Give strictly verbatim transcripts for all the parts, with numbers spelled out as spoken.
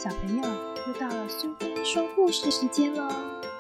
小朋友，又到了苏菲说故事时间咯。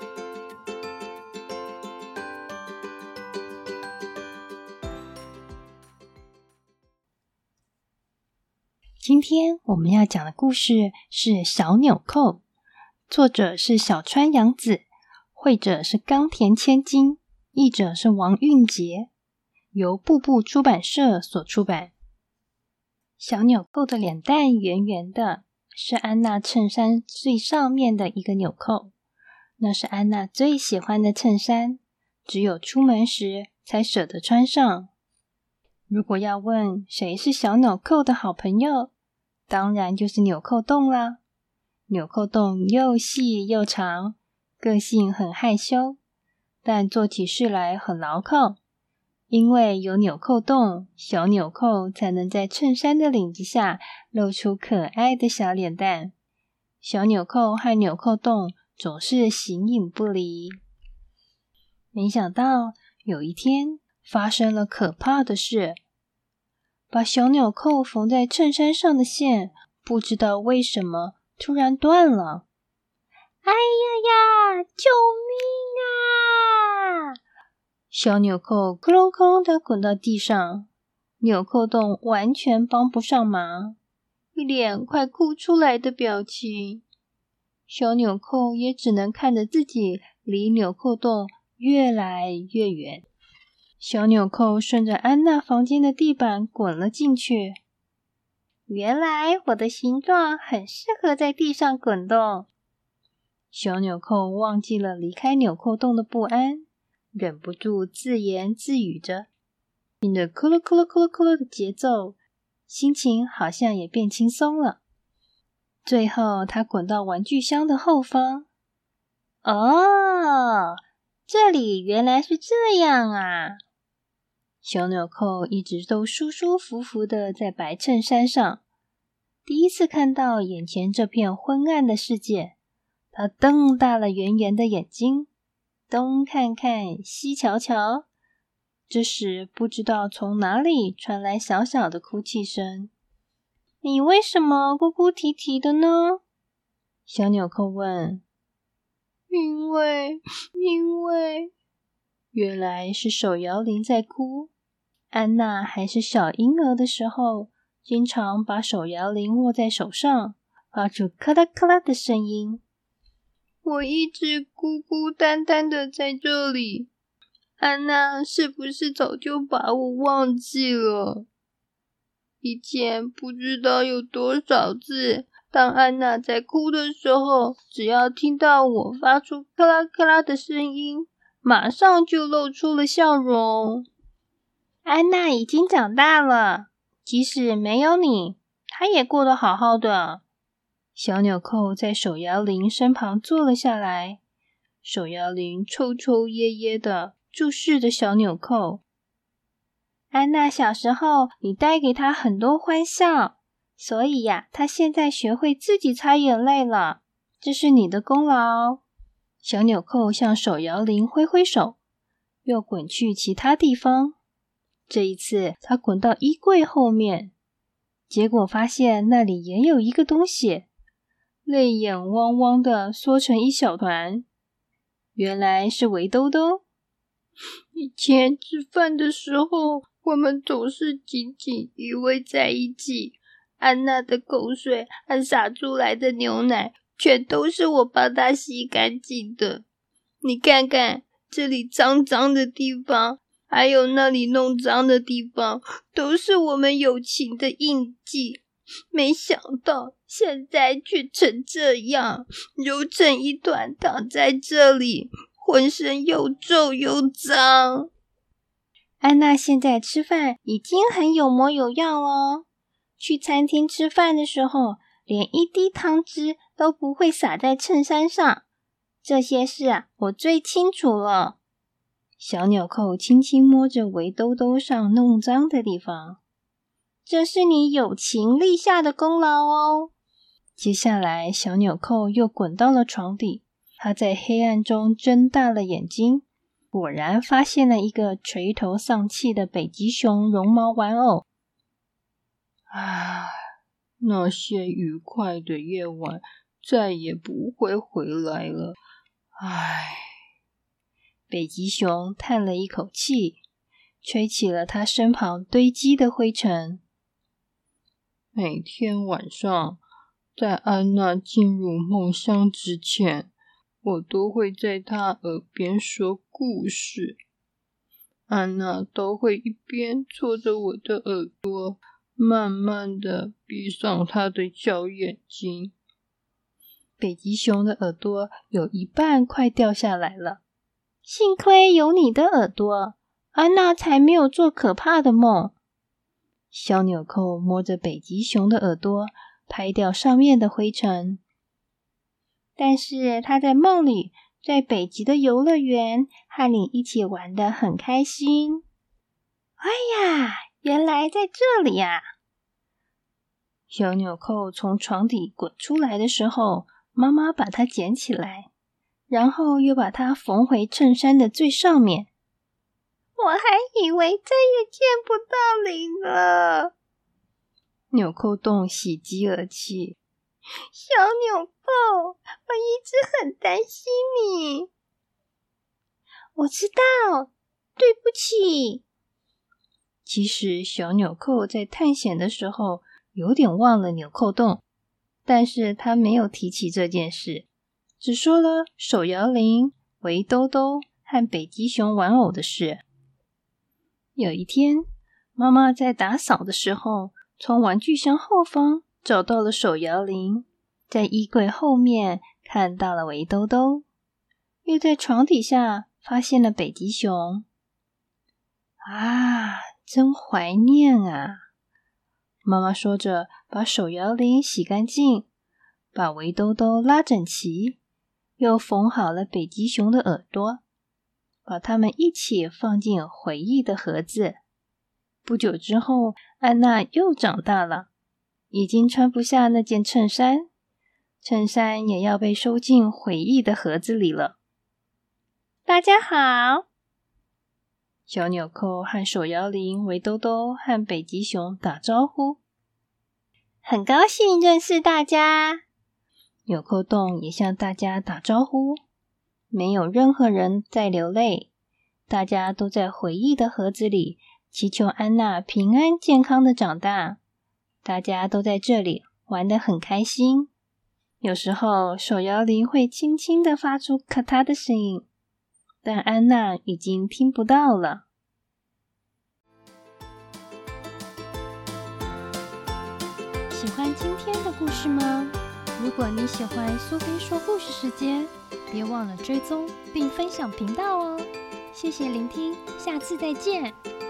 今天我们要讲的故事是小纽扣，作者是小川洋子，绘者是冈田千金，译者是王韵杰，由步步出版社所出版。小纽扣的脸蛋圆圆的，是安娜衬衫最上面的一个纽扣，那是安娜最喜欢的衬衫，只有出门时才舍得穿上。如果要问谁是小纽扣的好朋友，当然就是纽扣洞啦。纽扣洞又细又长，个性很害羞，但做起事来很牢靠。因为有纽扣洞，小纽扣才能在衬衫的领子下露出可爱的小脸蛋。小纽扣和纽扣洞总是形影不离。没想到有一天发生了可怕的事，把小纽扣缝在衬衫上的线，不知道为什么突然断了。哎呀呀，救命啊！小纽扣咕隆咕隆的滚到地上，纽扣洞完全帮不上忙，一脸快哭出来的表情。小纽扣也只能看着自己离纽扣洞越来越远。小纽扣顺着安娜房间的地板滚了进去。原来我的形状很适合在地上滚动。小纽扣忘记了离开纽扣洞的不安，忍不住自言自语着，听着咕噜咕噜咕噜咕噜的节奏，心情好像也变轻松了。最后他滚到玩具箱的后方。哦，这里原来是这样啊！小纽扣一直都舒舒服服的在白衬衫上，第一次看到眼前这片昏暗的世界，他瞪大了圆圆的眼睛，东看看西瞧瞧。这时不知道从哪里传来小小的哭泣声。你为什么哭哭啼啼的呢？小纽扣问。因为因为原来是手摇铃在哭。安娜还是小婴儿的时候，经常把手摇铃握在手上，发出咔啦咔啦的声音。我一直孤孤单单的在这里，安娜是不是早就把我忘记了？以前不知道有多少次，当安娜在哭的时候，只要听到我发出咔啦咔啦的声音，马上就露出了笑容。安娜已经长大了，即使没有你，她也过得好好的。小纽扣在手摇铃身旁坐了下来，手摇铃抽抽噎噎的注视着小纽扣。安娜小时候，你带给她很多欢笑，所以呀，她现在学会自己擦眼泪了，这是你的功劳。小纽扣向手摇铃挥挥手，又滚去其他地方。这一次，她滚到衣柜后面，结果发现那里也有一个东西，泪眼汪汪的缩成一小团。原来是围兜兜。以前吃饭的时候，我们总是紧紧依偎在一起，安娜的口水和洒出来的牛奶全都是我帮她洗干净的。你看看，这里脏脏的地方，还有那里弄脏的地方，都是我们友情的印记。没想到现在却成这样，揉成一团躺在这里，浑身又皱又脏。安娜现在吃饭已经很有模有样了，去餐厅吃饭的时候，连一滴汤汁都不会洒在衬衫上。这些事啊，我最清楚了。小纽扣轻轻摸着围兜兜上弄脏的地方。这是你友情立下的功劳哦。接下来，小纽扣又滚到了床底，她在黑暗中睁大了眼睛，果然发现了一个垂头丧气的北极熊绒毛玩偶。啊， 那些愉快的夜晚再也不会回来了。唉。 北极熊叹了一口气，吹起了他身旁堆积的灰尘。 每天晚上，在安娜进入梦乡之前，我都会在她耳边说故事。安娜都会一边搓着我的耳朵，慢慢的闭上她的小眼睛。 北极熊的耳朵有一半快掉下来了。幸亏有你的耳朵，安娜才没有做可怕的梦。小纽扣摸着北极熊的耳朵，拍掉上面的灰尘。但是他在梦里，在北极的游乐园和你一起玩得很开心。哎呀，原来在这里呀！小纽扣从床底滚出来的时候，妈妈把它捡起来，然后又把它缝回衬衫的最上面。我还以为再也见不到你了。纽扣洞喜极而泣。小纽扣，我一直很担心你。我知道，对不起。其实小纽扣在探险的时候有点忘了纽扣洞，但是他没有提起这件事，只说了手摇铃、围兜兜和北极熊玩偶的事。有一天，妈妈在打扫的时候，从玩具箱后方找到了手摇铃，在衣柜后面看到了围兜兜，又在床底下发现了北极熊。啊，真怀念啊！妈妈说着，把手摇铃洗干净，把围兜兜拉整齐，又缝好了北极熊的耳朵，把它们一起放进回忆的盒子。不久之后，安娜又长大了，已经穿不下那件衬衫，衬衫也要被收进回忆的盒子里了。大家好！小纽扣和手摇铃、围兜兜和北极熊打招呼。很高兴认识大家。纽扣洞也向大家打招呼。没有任何人在流泪，大家都在回忆的盒子里祈求安娜平安健康的长大。大家都在这里玩得很开心。有时候手摇铃会轻轻地发出咔嗒的声音，但安娜已经听不到了。喜欢今天的故事吗？如果你喜欢苏菲说故事时间，别忘了追踪并分享频道哦。谢谢聆听，下次再见。